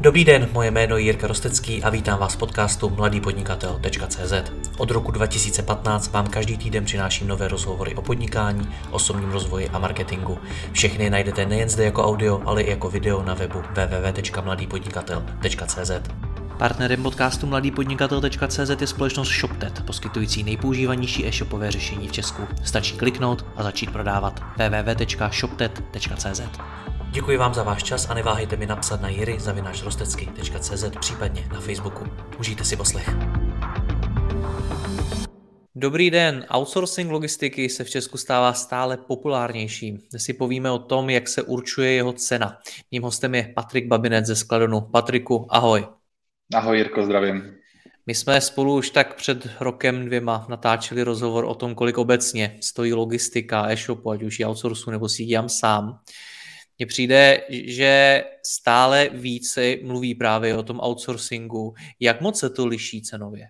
Dobrý den, moje jméno je Jirka Rostecký a vítám vás v podcastu mladýpodnikatel.cz. Od roku 2015 vám každý týden přináším nové rozhovory o podnikání, osobním rozvoji a marketingu. Všechny najdete nejen zde jako audio, ale i jako video na webu www.mladýpodnikatel.cz. Partnerem podcastu mladýpodnikatel.cz je společnost ShopTet, poskytující nejpoužívanější e-shopové řešení v Česku. Stačí kliknout a začít prodávat. www.shoptet.cz. Děkuji vám za váš čas a neváhejte mi napsat na jiry@rostecky.cz, případně na Facebooku. Užijte si poslech. Dobrý den, outsourcing logistiky se v Česku stává stále populárnější. Dnes si povíme o tom, jak se určuje jeho cena. Mým hostem je Patrik Babinec ze Skladonu. Patriku, ahoj. Ahoj Jirko, zdravím. My jsme spolu už tak před rokem, dvěma natáčeli rozhovor o tom, kolik obecně stojí logistika e-shopu, ať už ji outsourcu nebo si ji dělám sám. Mně přijde, že stále více mluví právě o tom outsourcingu. Jak moc se to liší cenově?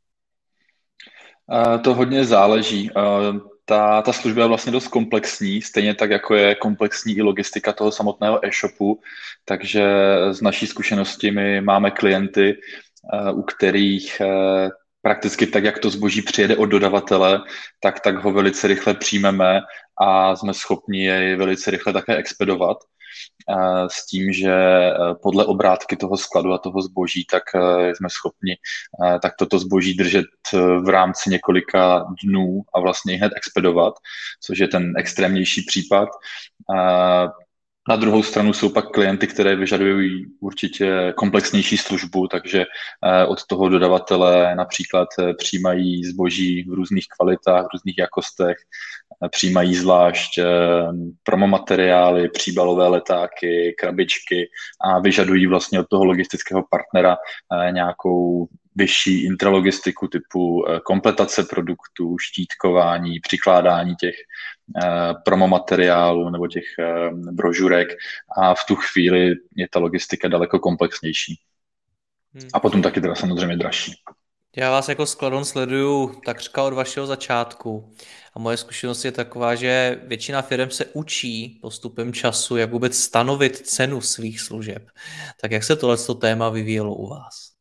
To hodně záleží. Ta služba je vlastně dost komplexní, stejně tak, jako je komplexní i logistika toho samotného e-shopu. Takže z naší zkušenosti my máme klienty, u kterých prakticky tak, jak to zboží přijede od dodavatele, tak ho velice rychle přijmeme a jsme schopni jej velice rychle také expedovat. S tím, že podle obrátky toho skladu a toho zboží, tak jsme schopni tak toto zboží držet v rámci několika dnů a vlastně hned expedovat, což je ten extrémnější případ. Na druhou stranu jsou pak klienty, které vyžadují určitě komplexnější službu, takže od toho dodavatele například přijímají zboží v různých kvalitách, v různých jakostech, přijímají zvlášť promomateriály, příbalové letáky, krabičky a vyžadují vlastně od toho logistického partnera nějakou vyšší intralogistiku typu kompletace produktů, štítkování, přikládání těch promomateriálů nebo těch brožurek a v tu chvíli je ta logistika daleko komplexnější. A potom taky teda samozřejmě dražší. Já vás jako Skladon sleduju takřka od vašeho začátku a moje zkušenost je taková, že většina firm se učí postupem času, jak vůbec stanovit cenu svých služeb. Tak jak se tohleto téma vyvíjelo u vás?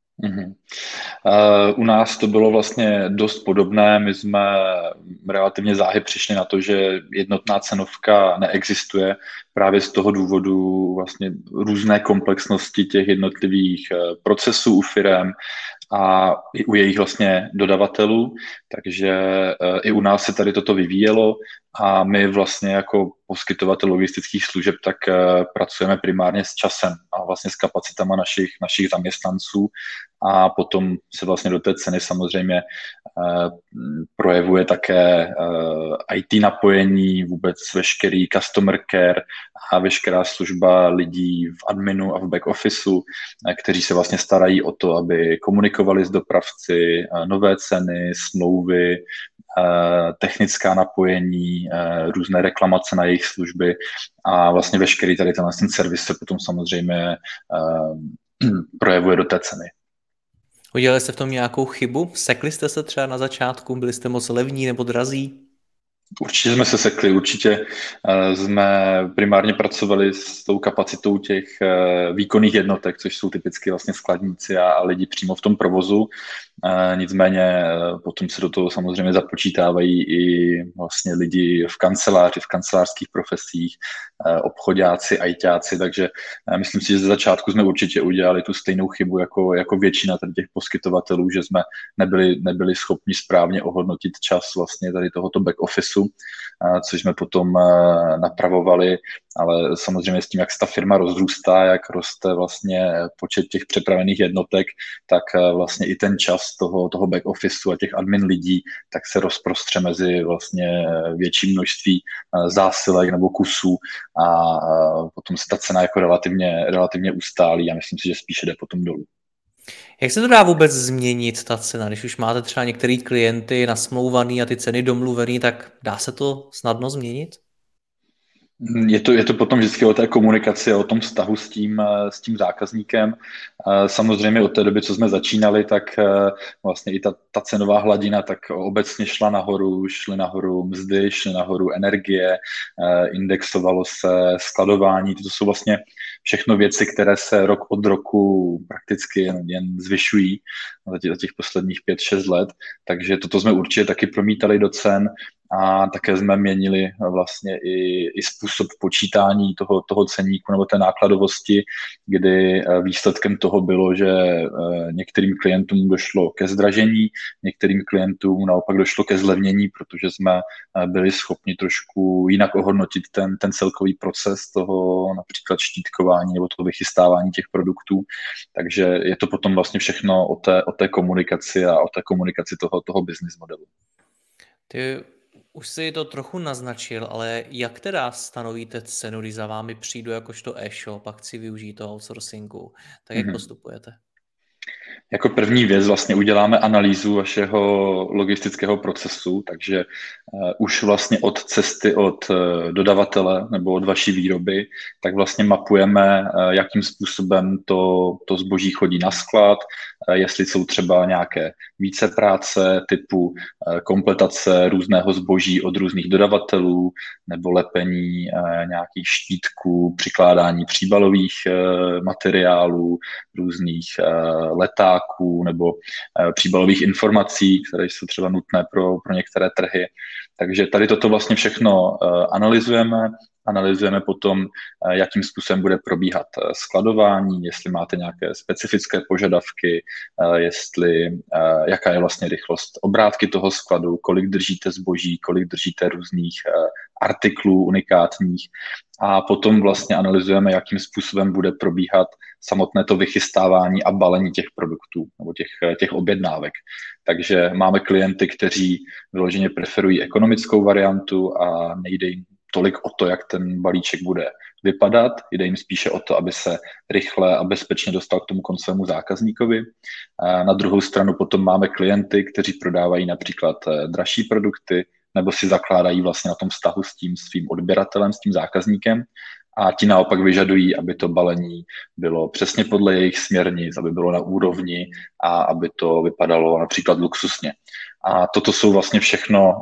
U nás to bylo vlastně dost podobné. My jsme relativně záhy přišli na to, že jednotná cenovka neexistuje právě z toho důvodu vlastně různé komplexnosti těch jednotlivých procesů u firem a i u jejich vlastně dodavatelů, takže i u nás se tady toto vyvíjelo a my vlastně jako poskytovatel logistických služeb tak pracujeme primárně s časem a vlastně s kapacitama našich zaměstnanců a potom se vlastně do té ceny samozřejmě projevuje také IT napojení, vůbec veškerý customer care a veškerá služba lidí v adminu a v back officeu, kteří se vlastně starají o to, aby komunikovali s dopravci, nové ceny, smlouvy, technická napojení, různé reklamace na jejich služby a vlastně veškerý tady ten servis se potom samozřejmě projevuje do té ceny. Udělali jste v tom nějakou chybu? Sekli jste se třeba na začátku? Byli jste moc levní nebo drazí? Určitě jsme se sekli, určitě jsme primárně pracovali s tou kapacitou těch výkonných jednotek, což jsou typicky vlastně skladníci a lidi přímo v tom provozu. Nicméně potom se do toho samozřejmě započítávají i vlastně lidi v kanceláři, v kancelářských profesích, obchodáci, ajťáci, takže myslím si, že ze začátku jsme určitě udělali tu stejnou chybu jako většina tady těch poskytovatelů, že jsme nebyli schopni správně ohodnotit čas vlastně tady tohoto back officeu, což jsme potom napravovali, ale samozřejmě s tím, jak se ta firma rozrůstá, jak roste vlastně počet těch přepravených jednotek, tak vlastně i ten čas toho back officeu a těch admin lidí, tak se rozprostře mezi vlastně větší množství zásilek nebo kusů a potom se ta cena jako relativně ustálí a myslím si, že spíše jde potom dolů. Jak se to dá vůbec změnit, ta cena? Když už máte třeba některý klienty nasmlouvaný a ty ceny domluvený, tak dá se to snadno změnit? Je to potom vždycky o té komunikaci, o tom vztahu s tím zákazníkem. Samozřejmě od té doby, co jsme začínali, tak vlastně i ta cenová hladina tak obecně šla nahoru, šly nahoru mzdy, šly nahoru energie, indexovalo se skladování. To jsou vlastně všechno věci, které se rok od roku prakticky jen zvyšují za těch posledních 5-6 let. Takže toto jsme určitě taky promítali do cen a také jsme měnili vlastně i způsob počítání toho ceníku nebo té nákladovosti, kdy výsledkem toho bylo, že některým klientům došlo ke zdražení, některým klientům naopak došlo ke zlevnění, protože jsme byli schopni trošku jinak ohodnotit ten celkový proces toho například štítkování nebo toho vychystávání těch produktů. Takže je to potom vlastně všechno o té komunikaci a o té komunikaci toho business modelu. Ty už si to trochu naznačil, ale jak teda stanovíte cenu, když za vámi přijdu jakožto e-shop a chci využít toho outsourcingu, tak jak postupujete? Jako první věc vlastně uděláme analýzu vašeho logistického procesu, takže už vlastně od cesty od dodavatele nebo od vaší výroby, tak vlastně mapujeme, jakým způsobem to zboží chodí na sklad, jestli jsou třeba nějaké vícepráce typu kompletace různého zboží od různých dodavatelů nebo lepení nějakých štítků, přikládání příbalových materiálů, různých letáků nebo příbalových informací, které jsou třeba nutné pro některé trhy. Takže tady toto vlastně všechno analyzujeme potom, jakým způsobem bude probíhat skladování, jestli máte nějaké specifické požadavky, jaká je vlastně rychlost obrátky toho skladu, kolik držíte zboží, kolik držíte různých artiklů unikátních a potom vlastně analyzujeme, jakým způsobem bude probíhat samotné to vychystávání a balení těch produktů nebo těch objednávek. Takže máme klienty, kteří vyloženě preferují ekonomickou variantu a nejde jim tolik o to, jak ten balíček bude vypadat, jde jim spíše o to, aby se rychle a bezpečně dostal k tomu koncovému zákazníkovi. Na druhou stranu potom máme klienty, kteří prodávají například dražší produkty nebo si zakládají vlastně na tom vztahu s tím svým odběratelem, s tím zákazníkem a ti naopak vyžadují, aby to balení bylo přesně podle jejich směrnic, aby bylo na úrovni a aby to vypadalo například luxusně. A toto jsou vlastně všechno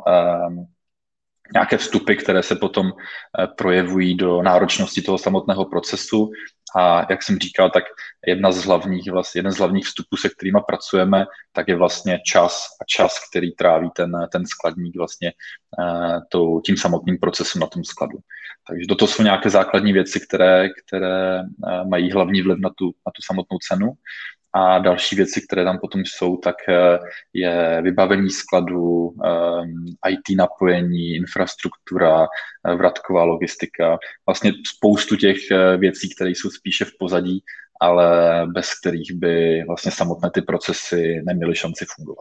nějaké vstupy, které se potom projevují do náročnosti toho samotného procesu a jak jsem říkal, tak jeden z hlavních vstupů, se kterými pracujeme, tak je vlastně čas, který tráví ten skladník vlastně tím samotným procesem na tom skladu. Takže toto jsou nějaké základní věci, které mají hlavní vliv na tu samotnou cenu. A další věci, které tam potom jsou, tak je vybavení skladu, IT napojení, infrastruktura, vratková logistika, vlastně spoustu těch věcí, které jsou spíše v pozadí, ale bez kterých by vlastně samotné ty procesy neměly šanci fungovat.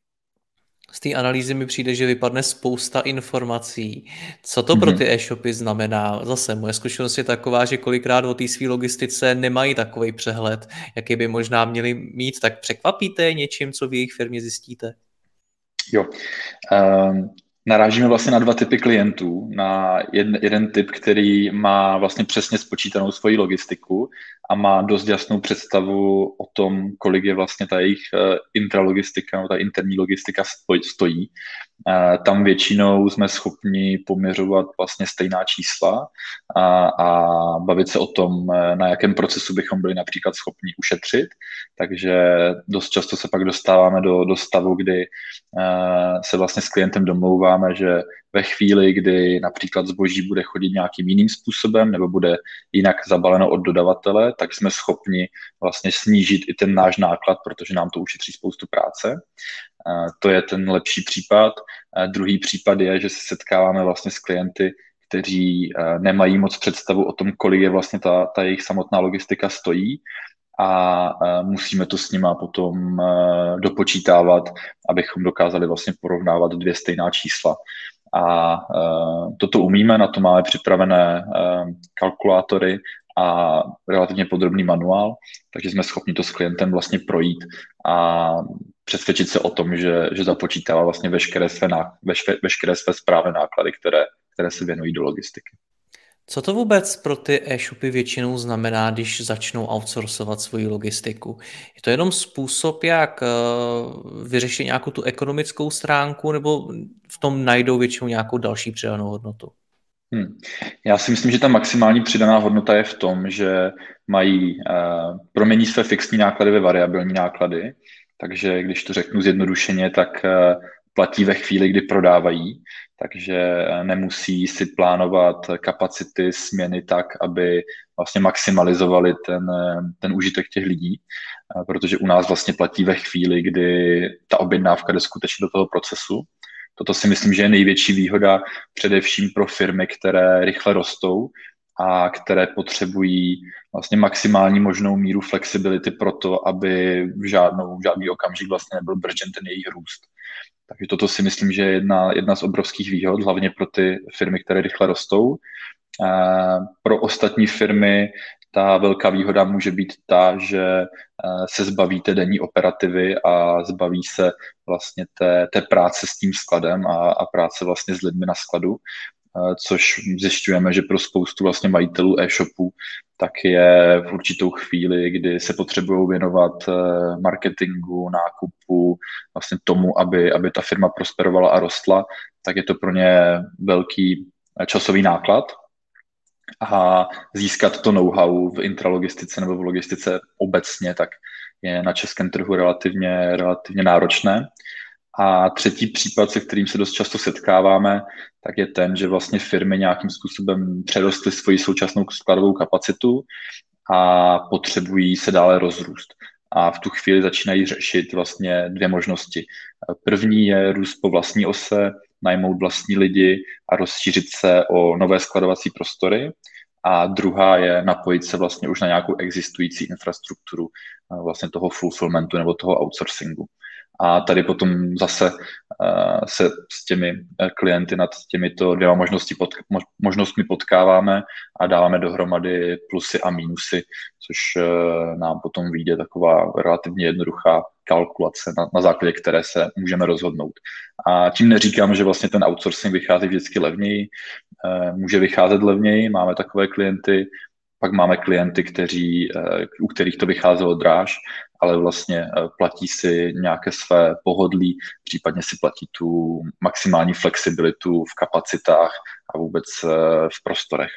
Z té analýzy mi přijde, že vypadne spousta informací. Co to pro ty e-shopy znamená? Zase moje zkušenost je taková, že kolikrát o té své logistice nemají takový přehled, jaký by možná měli mít. Tak překvapíte něčím, co v jejich firmě zjistíte? Jo. Narážíme vlastně na dva typy klientů. Na jeden typ, který má vlastně přesně spočítanou svoji logistiku a má dost jasnou představu o tom, kolik je vlastně ta jejich intralogistika nebo ta interní logistika stojí. Tam většinou jsme schopni poměřovat vlastně stejná čísla a bavit se o tom, na jakém procesu bychom byli například schopni ušetřit. Takže dost často se pak dostáváme do stavu, kdy se vlastně s klientem domlouváme, že ve chvíli, kdy například zboží bude chodit nějakým jiným způsobem nebo bude jinak zabaleno od dodavatele, tak jsme schopni vlastně snížit i ten náš náklad, protože nám to ušetří spoustu práce. To je ten lepší případ. Druhý případ je, že se setkáváme vlastně s klienty, kteří nemají moc představu o tom, kolik je vlastně ta jejich samotná logistika stojí a musíme to s nima potom dopočítávat, abychom dokázali vlastně porovnávat dvě stejná čísla. A toto umíme, na to máme připravené kalkulátory a relativně podrobný manuál, takže jsme schopni to s klientem vlastně projít a přesvědčit se o tom, že započítává vlastně veškeré své správné náklady, které se věnují do logistiky. Co to vůbec pro ty e-shopy většinou znamená, když začnou outsourcovat svoji logistiku? Je to jenom způsob, jak vyřešit nějakou tu ekonomickou stránku, nebo v tom najdou většinou nějakou další přidanou hodnotu? Hmm. Já si myslím, že ta maximální přidaná hodnota je v tom, že mají, promění své fixní náklady ve variabilní náklady, takže když to řeknu zjednodušeně, tak platí ve chvíli, kdy prodávají, takže nemusí si plánovat kapacity směny tak, aby vlastně maximalizovali ten užitek těch lidí, protože u nás vlastně platí ve chvíli, kdy ta objednávka jde skutečně do toho procesu. Toto si myslím, že je největší výhoda především pro firmy, které rychle rostou a které potřebují vlastně maximální možnou míru flexibility pro to, aby v žádný okamžik vlastně nebyl bržděn ten jejich růst. Takže toto si myslím, že je jedna z obrovských výhod, hlavně pro ty firmy, které rychle rostou. Pro ostatní firmy ta velká výhoda může být ta, že se zbaví té denní operativy a zbaví se vlastně té práce s tím skladem a práce vlastně s lidmi na skladu, což zjišťujeme, že pro spoustu vlastně majitelů e-shopů tak je v určitou chvíli, kdy se potřebují věnovat marketingu, nákupu, vlastně tomu, aby ta firma prosperovala a rostla, tak je to pro ně velký časový náklad a získat to know-how v intralogistice nebo v logistice obecně, tak je na českém trhu relativně náročné. A třetí případ, se kterým se dost často setkáváme, tak je ten, že vlastně firmy nějakým způsobem přerostly svoji současnou skladovou kapacitu a potřebují se dále rozrůst. A v tu chvíli začínají řešit vlastně dvě možnosti. První je růst po vlastní ose, najmout vlastní lidi a rozšířit se o nové skladovací prostory. A druhá je napojit se vlastně už na nějakou existující infrastrukturu vlastně toho fulfillmentu nebo toho outsourcingu. A tady potom zase se s těmi klienty nad těmito dvěma možnostmi potkáváme a dáváme dohromady plusy a mínusy, což nám potom vyjde taková relativně jednoduchá kalkulace, na základě které se můžeme rozhodnout. A tím neříkám, že vlastně ten outsourcing vychází vždycky levněji, může vycházet levněji, máme takové klienty, pak máme klienty, u kterých to vycházelo dráž, ale vlastně platí si nějaké své pohodlí, případně si platí tu maximální flexibilitu v kapacitách a vůbec v prostorech.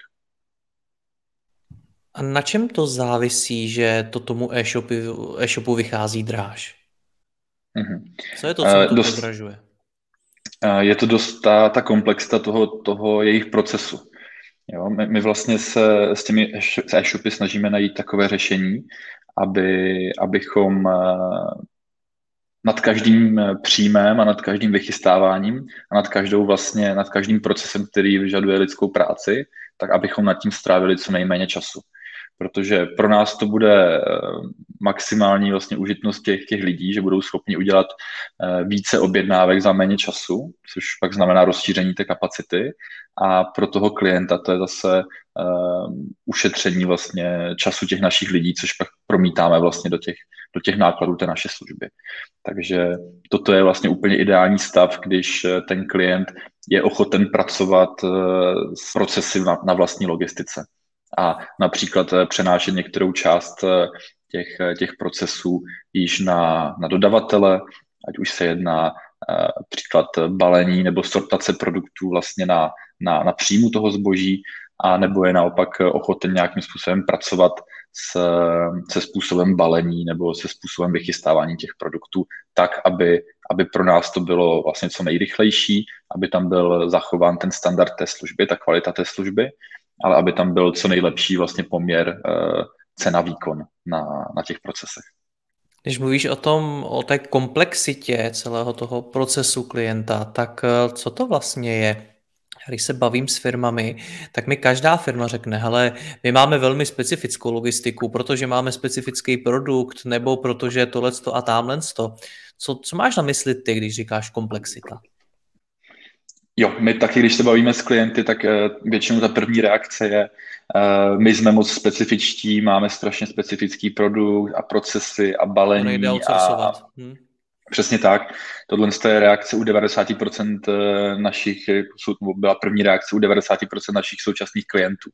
A na čem to závisí, že to tomu e-shopu vychází dráž? Mm-hmm. Co je to, co to podražuje? Je to dost ta komplexita toho jejich procesu. Jo, my vlastně se s těmi e-shopy snažíme najít takové řešení, abychom nad každým příjmem a nad každým vychystáváním a nad každým procesem, který vyžaduje lidskou práci, tak abychom nad tím strávili co nejméně času. Protože pro nás to bude maximální vlastně užitnost těch lidí, že budou schopni udělat více objednávek za méně času, což pak znamená rozšíření té kapacity. A pro toho klienta to je zase ušetření vlastně času těch našich lidí, což pak promítáme vlastně do těch nákladů té naše služby. Takže toto je vlastně úplně ideální stav, když ten klient je ochoten pracovat s procesy na vlastní logistice a například přenášet některou část těch procesů již na dodavatele, ať už se jedná příklad balení nebo sortace produktů vlastně na příjmu toho zboží, a nebo je naopak ochoten nějakým způsobem pracovat se způsobem balení nebo se způsobem vychystávání těch produktů tak, aby pro nás to bylo vlastně co nejrychlejší, aby tam byl zachován ten standard té služby, ta kvalita té služby, ale aby tam byl co nejlepší vlastně poměr cena-výkon na těch procesech. Když mluvíš o té komplexitě celého toho procesu klienta, tak co to vlastně je? Když se bavím s firmami, tak mi každá firma řekne, hele, my máme velmi specifickou logistiku, protože máme specifický produkt, nebo protože tohleto a támhleto. Co máš na mysli ty, když říkáš komplexita? Jo, my taky, když se bavíme s klienty, tak většinou ta první reakce je, my jsme moc specifičtí, máme strašně specifický produkt a procesy a balení. Nejde outsourcovat. Přesně tak. Tohle je reakce u 90% byla první reakce u 90% našich současných klientů.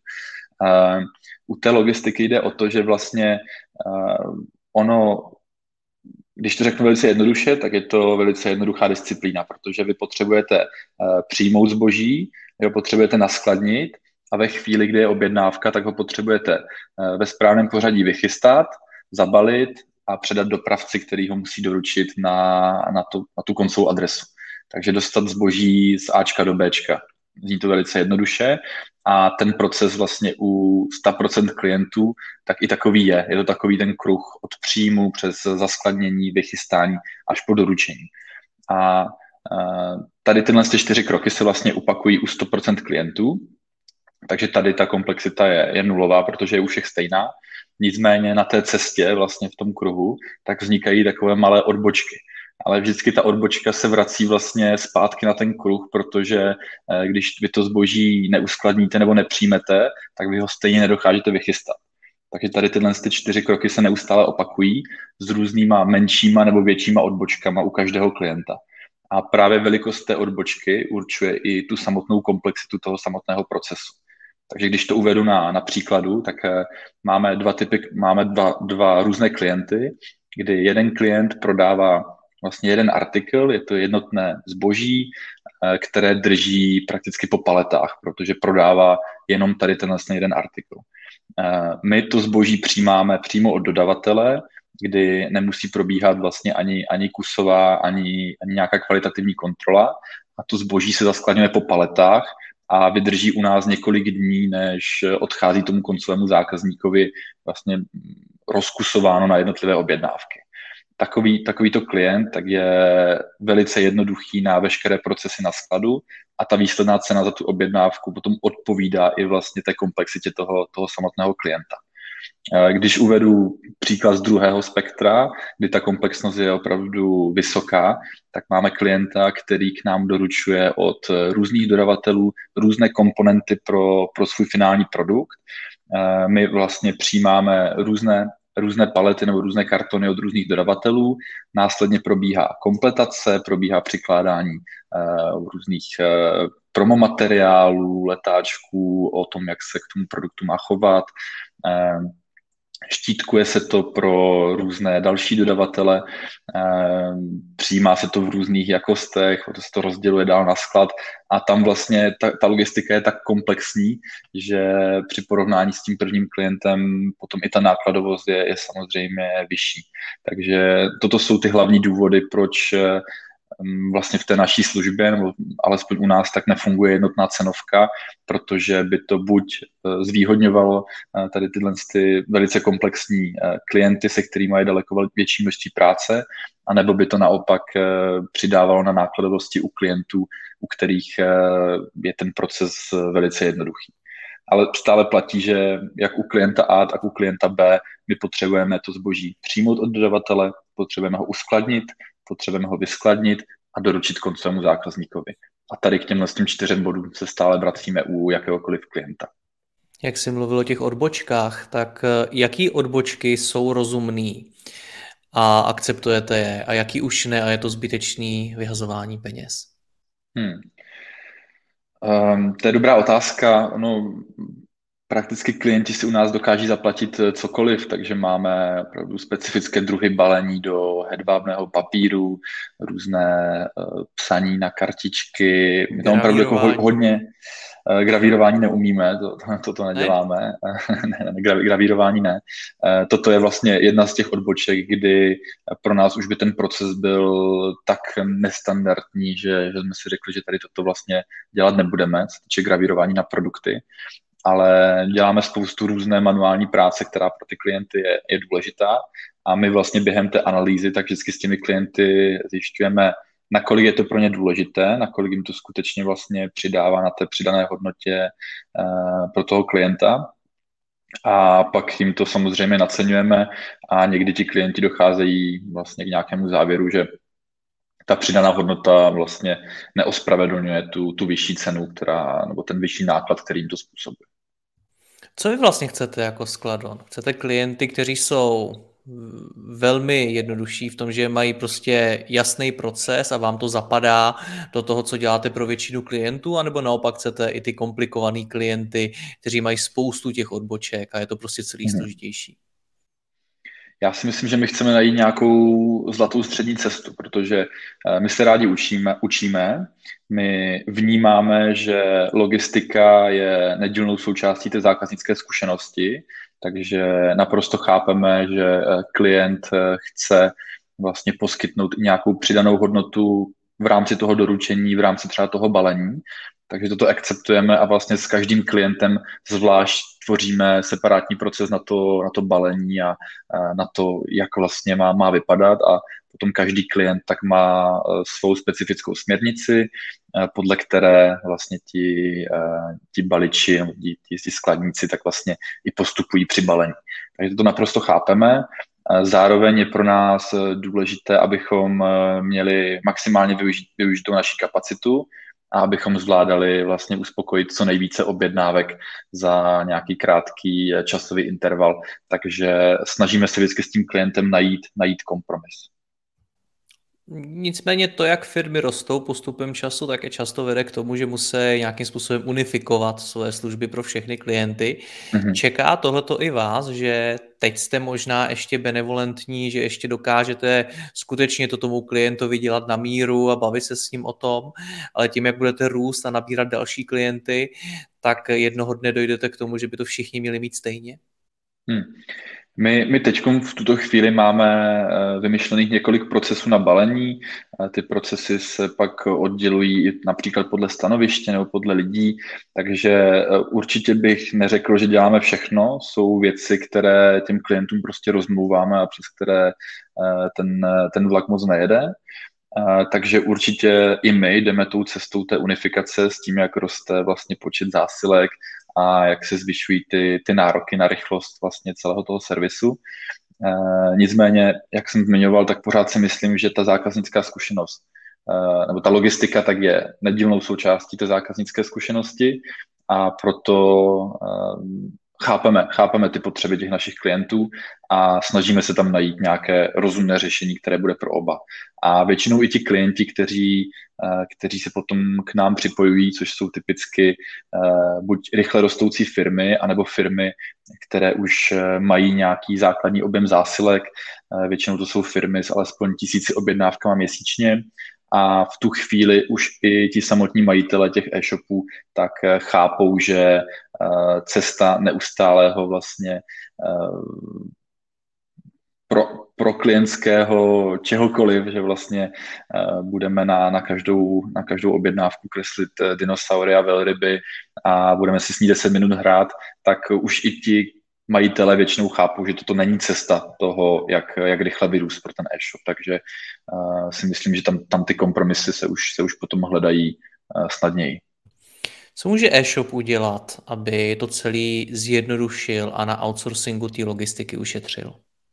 U té logistiky jde o to, že vlastně když to řeknu velice jednoduše, tak je to velice jednoduchá disciplína, protože vy potřebujete přijmout zboží, Jo, potřebujete naskladnit a ve chvíli, kdy je objednávka, tak ho potřebujete ve správném pořadí vychystat, zabalit a předat dopravci, který ho musí doručit na tu koncovou adresu. Takže dostat zboží z Ačka do Bčka. Zní to velice jednoduše a ten proces vlastně u 100% klientů tak i takový je. Je to takový ten kruh od příjmu přes zaskladnění, vychystání až po doručení. A tady tyhle 4 kroky se vlastně opakují u 100% klientů, takže tady ta komplexita je nulová, protože je u všech stejná. Nicméně na té cestě vlastně v tom kruhu tak vznikají takové malé odbočky. Ale vždycky ta odbočka se vrací vlastně zpátky na ten kruh, protože když vy to zboží neuskladníte nebo nepřijmete, tak vy ho stejně nedokážete vychystat. Takže tady tyhle 4 kroky se neustále opakují s různýma menšíma nebo většíma odbočkama u každého klienta. A právě velikost té odbočky určuje i tu samotnou komplexitu toho samotného procesu. Takže když to uvedu na příkladu, tak máme dva různé klienty, kdy jeden klient prodává vlastně jeden artikl, je to jednotné zboží, které drží prakticky po paletách, protože prodává jenom tady tenhle jeden artikl. My to zboží přijímáme přímo od dodavatele, kdy nemusí probíhat vlastně ani kusová, ani nějaká kvalitativní kontrola a to zboží se zaskladňuje po paletách a vydrží u nás několik dní, než odchází tomu koncovému zákazníkovi vlastně rozkusováno na jednotlivé objednávky. Takovýto klient tak je velice jednoduchý na veškeré procesy na skladu a ta výsledná cena za tu objednávku potom odpovídá i vlastně té komplexitě toho samotného klienta. Když uvedu příklad z druhého spektra, kdy ta komplexnost je opravdu vysoká, tak máme klienta, který k nám doručuje od různých dodavatelů různé komponenty pro svůj finální produkt. My vlastně přijímáme různé palety nebo různé kartony od různých dodavatelů, následně probíhá kompletace, probíhá přikládání různých promomateriálů, letáčků, o tom, jak se k tomu produktu má chovat, štítkuje se to pro různé další dodavatele, přijímá se to v různých jakostech, to se to rozděluje dál na sklad a tam vlastně ta logistika je tak komplexní, že při porovnání s tím prvním klientem potom i ta nákladovost je samozřejmě vyšší. Takže toto jsou ty hlavní důvody, proč vlastně v té naší službě, nebo alespoň u nás, tak nefunguje jednotná cenovka, protože by to buď zvýhodňovalo tady tyhle ty velice komplexní klienty, se kterými mají daleko větší množství práce, anebo by to naopak přidávalo na nákladovosti u klientů, u kterých je ten proces velice jednoduchý. Ale stále platí, že jak u klienta A, tak u klienta B my potřebujeme to zboží přijmout od dodavatele, potřebujeme ho uskladnit, potřebujeme ho vyskladnit a doručit koncovému zákazníkovi. A tady k těmhle 4 bodům se stále vracíme u jakéhokoliv klienta. Jak jsi mluvil o těch odbočkách, tak jaký odbočky jsou rozumný a akceptujete je a jaký už ne a je to zbytečný vyhazování peněz? To je dobrá otázka. Prakticky klienti si u nás dokáží zaplatit cokoliv, takže máme opravdu specifické druhy balení do hedvábného papíru, různé psaní na kartičky. My tam opravdu jako hodně gravírování neumíme, to neděláme. Ne, gravírování ne. Toto je vlastně jedna z těch odboček, kdy pro nás už by ten proces byl tak nestandardní, že jsme si řekli, že tady toto vlastně dělat nebudeme, co týče gravírování na produkty. Ale děláme spoustu různé manuální práce, která pro ty klienty je důležitá a my vlastně během té analýzy tak vždycky s těmi klienty zjišťujeme, nakolik je to pro ně důležité, nakolik jim to skutečně vlastně přidává na té přidané hodnotě pro toho klienta a pak jim to samozřejmě naceňujeme a někdy ti klienti docházejí vlastně k nějakému závěru, že ta přidaná hodnota vlastně neospravedlňuje tu vyšší cenu, nebo ten vyšší náklad, který jim to způsobuje. Co vy vlastně chcete jako Skladon? Chcete klienty, kteří jsou velmi jednodušší v tom, že mají prostě jasný proces a vám to zapadá do toho, co děláte pro většinu klientů, anebo naopak chcete i ty komplikovaný klienty, kteří mají spoustu těch odboček a je to prostě celý složitější? Já si myslím, že my chceme najít nějakou zlatou střední cestu, protože my se rádi učíme, my vnímáme, že logistika je nedílnou součástí té zákaznické zkušenosti, takže naprosto chápeme, že klient chce vlastně poskytnout i nějakou přidanou hodnotu v rámci toho doručení, v rámci třeba toho balení. Takže toto akceptujeme a vlastně s každým klientem zvlášť tvoříme separátní proces na to balení a na to, jak vlastně má vypadat a potom každý klient tak má svou specifickou směrnici, podle které vlastně ti baliči, ti skladníci tak vlastně i postupují při balení. Takže to naprosto chápeme. Zároveň je pro nás důležité, abychom měli maximálně využitou naši kapacitu a abychom zvládali vlastně uspokojit co nejvíce objednávek za nějaký krátký časový interval. Takže snažíme se vždycky s tím klientem najít kompromis. Nicméně to, jak firmy rostou postupem času, také často vede k tomu, že musí nějakým způsobem unifikovat své služby pro všechny klienty. Mhm. Čeká tohleto i vás, že teď jste možná ještě benevolentní, že ještě dokážete skutečně to tomu klientovi dělat na míru a bavit se s ním o tom, ale tím, jak budete růst a nabírat další klienty, tak jednoho dne dojdete k tomu, že by to všichni měli mít stejně? My teď v tuto chvíli máme vymyšlených několik procesů na balení. Ty procesy se pak oddělují například podle stanoviště nebo podle lidí, takže určitě bych neřekl, že děláme všechno. Jsou věci, které těm klientům prostě rozmlouváme a přes které ten vlak moc nejede. Takže určitě i my jdeme tou cestou té unifikace s tím, jak roste vlastně počet zásilek a jak se zvyšují ty nároky na rychlost vlastně celého toho servisu. Nicméně, jak jsem zmiňoval, tak pořád si myslím, že ta zákaznická zkušenost nebo ta logistika tak je nedílnou součástí té zákaznické zkušenosti a proto chápeme ty potřeby těch našich klientů a snažíme se tam najít nějaké rozumné řešení, které bude pro oba. A většinou i ti klienti, kteří se potom k nám připojují, což jsou typicky buď rychle rostoucí firmy, anebo firmy, které už mají nějaký základní objem zásilek. Většinou to jsou firmy s alespoň 1000 objednávkama měsíčně. A v tu chvíli už i ti samotní majitele těch e-shopů tak chápou, že cesta neustálého vlastně pro klientského čehokoliv, že vlastně budeme na každou objednávku kreslit dinosaury a velryby a budeme si s ní 10 minut hrát, tak už i ti majitele většinou chápou, že toto není cesta toho, jak rychle vyrůst pro ten e-shop. Takže si myslím, že tam ty kompromisy se už potom hledají snadněji. Co může e-shop udělat, aby to celý zjednodušil a na outsourcingu té logistiky ušetřil?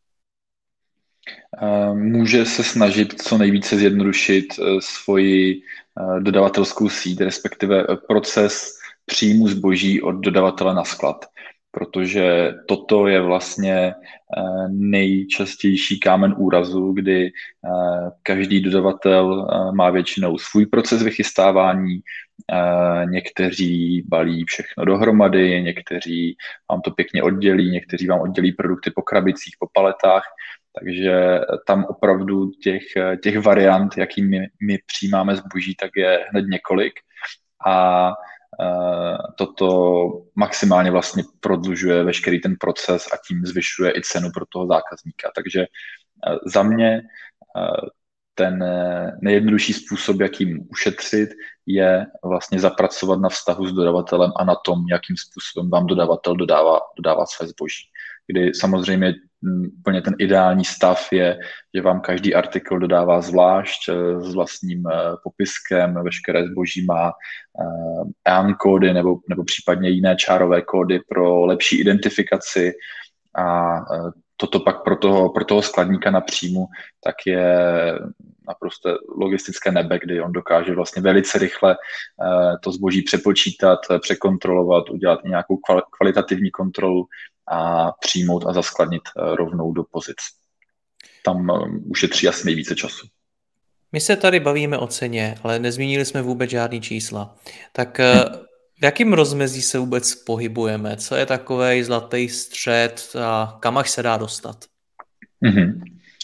Může se snažit co nejvíce zjednodušit svoji dodavatelskou síť, respektive proces příjmu zboží od dodavatele na sklad. Protože toto je vlastně nejčastější kámen úrazu, kdy každý dodavatel má většinou svůj proces vychystávání, někteří balí všechno dohromady, někteří vám to pěkně oddělí, někteří vám oddělí produkty po krabicích, po paletách, takže tam opravdu těch variant, jaký my přijímáme zboží, tak je hned několik a toto maximálně vlastně prodlužuje veškerý ten proces a tím zvyšuje i cenu pro toho zákazníka. Takže za mě ten nejjednodušší způsob, jak jim ušetřit, je vlastně zapracovat na vztahu s dodavatelem a na tom, jakým způsobem vám dodavatel dodává své zboží. Kdy samozřejmě úplně ten ideální stav je, že vám každý artikl dodává zvlášť s vlastním popiskem, veškeré zboží má EAN kódy nebo případně jiné čárové kódy pro lepší identifikaci a toto pak pro toho skladníka na příjmu tak je naprosto logistické nebe, kdy on dokáže vlastně velice rychle to zboží přepočítat, překontrolovat, udělat nějakou kvalitativní kontrolu a přijmout a zaskladnit rovnou do pozic. Tam ušetří asi nejvíce času. My se tady bavíme o ceně, ale nezmínili jsme vůbec žádný čísla. Tak v jakém rozmezí se vůbec pohybujeme? Co je takovej zlatý střed a kam až se dá dostat? Mhm.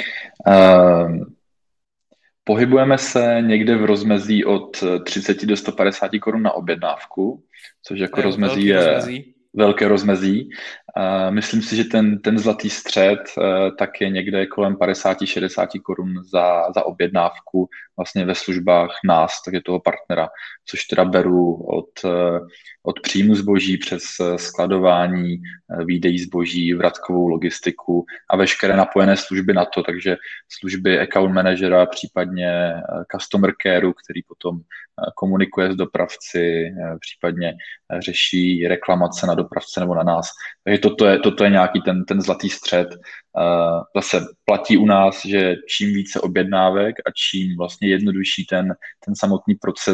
Uh, Pohybujeme se někde v rozmezí od 30 do 150 korun na objednávku, což jako Jo, rozmezí velký je rozmezí. velké rozmezí. Myslím si, že ten zlatý střed tak je někde kolem 50-60 korun za objednávku vlastně ve službách nás, takže toho partnera, což teda beru od příjmu zboží přes skladování, výdej zboží, vratkovou logistiku a veškeré napojené služby na to, takže služby account managera, případně customer careu, který potom komunikuje s dopravci, případně řeší reklamace na dopravce nebo na nás. Takže toto je nějaký ten zlatý střed. Zase platí u nás, že čím více objednávek a čím vlastně jednodušší ten samotný proces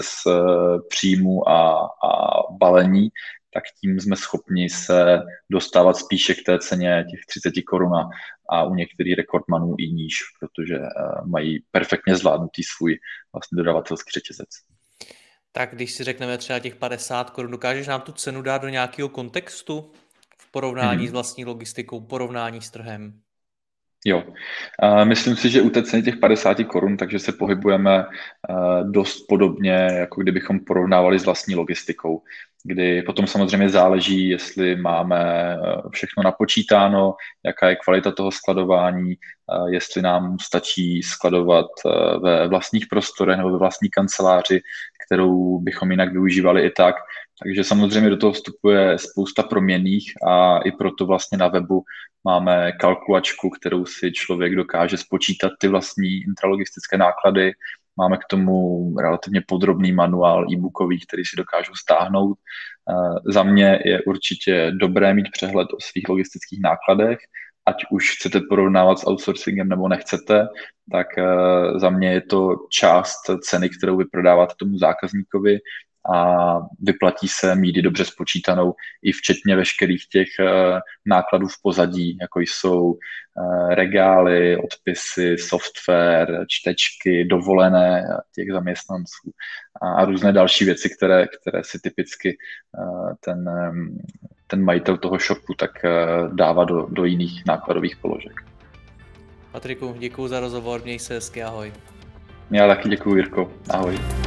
příjmu a balení, tak tím jsme schopni se dostávat spíše k té ceně těch 30 korun a u některých rekordmanů i níž, protože mají perfektně zvládnutý svůj vlastně dodavatelský řetězec. Tak když si řekneme třeba těch 50 korun, dokážeš nám tu cenu dát do nějakého kontextu v porovnání s vlastní logistikou, porovnání s trhem? Jo, myslím si, že u té ceny těch 50 korun, takže se pohybujeme dost podobně, jako kdybychom porovnávali s vlastní logistikou, kdy potom samozřejmě záleží, jestli máme všechno napočítáno, jaká je kvalita toho skladování, jestli nám stačí skladovat ve vlastních prostorech nebo ve vlastní kanceláři, kterou bychom jinak využívali i tak. Takže samozřejmě do toho vstupuje spousta proměnných a i proto vlastně na webu máme kalkulačku, kterou si člověk dokáže spočítat ty vlastní intralogistické náklady. Máme k tomu relativně podrobný manuál e-bookový, který si dokážu stáhnout. Za mě je určitě dobré mít přehled o svých logistických nákladech, ať už chcete porovnávat s outsourcingem nebo nechcete, tak za mě je to část ceny, kterou vy prodáváte tomu zákazníkovi a vyplatí se mít ji dobře spočítanou i včetně veškerých těch nákladů v pozadí, jako jsou regály, odpisy, software, čtečky, dovolené těch zaměstnanců a různé další věci, které si typicky ten majitel toho shopu tak dává do jiných nákladových položek. Patriku, děkuji za rozhovor, měj se hezky, ahoj. Já taky děkuji, Jirko, ahoj.